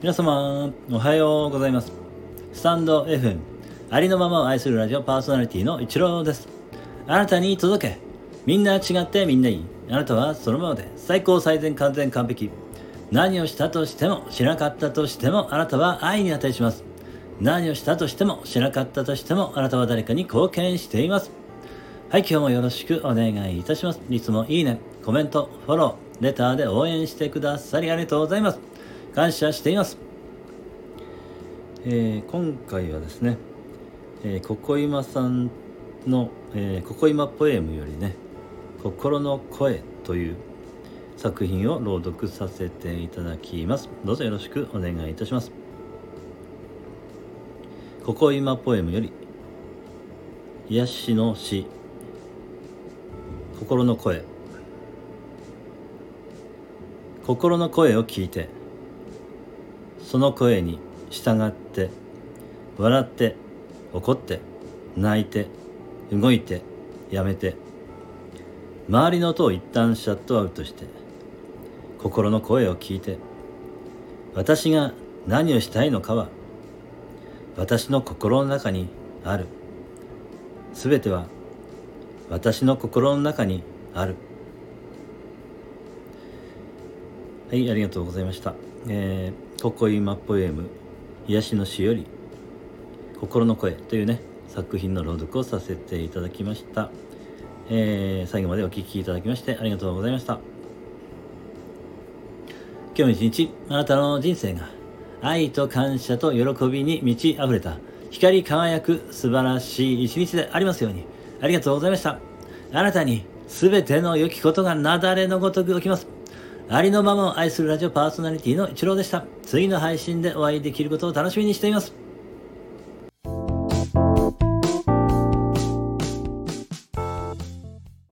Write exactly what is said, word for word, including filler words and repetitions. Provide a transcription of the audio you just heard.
皆様おはようございます。スタンド エフエム ありのままを愛するラジオパーソナリティの一郎です。あなたに届け、みんな違ってみんないい、あなたはそのままで最高最善完全完璧。何をしたとしても知らなかったとしてもあなたは愛に値します。何をしたとしても知らなかったとしてもあなたは誰かに貢献しています。はい、今日もよろしくお願いいたします。いつもいいね、コメント、フォロー、レターで応援してくださりありがとうございます。感謝しています。えー、今回はですね、えー、ここいまさんの、えー、ここいまポエムよりね、心の声という作品を朗読させていただきます。どうぞよろしくお願いいたします。ここいまポエムより、癒しの詩、心の声。心の声を聞いて、その声に従って笑って怒って泣いて動いてやめて、周りの音を一旦シャットアウトして心の声を聞いて、私が何をしたいのかは私の心の中にある。すべては私の心の中にある。はい、ありがとうございました。えー、ここいまポエム癒しの詩より心の声というね作品の朗読をさせていただきました。えー、最後までお聞きいただきましてありがとうございました。今日も一日あなたの人生が愛と感謝と喜びに満ち溢れた光り輝く素晴らしい一日でありますように。ありがとうございました。あなたにすべての良きことが雪崩のごとく起きます。ありのままを愛するラジオパーソナリティの一郎でした。次の配信でお会いできることを楽しみにしています。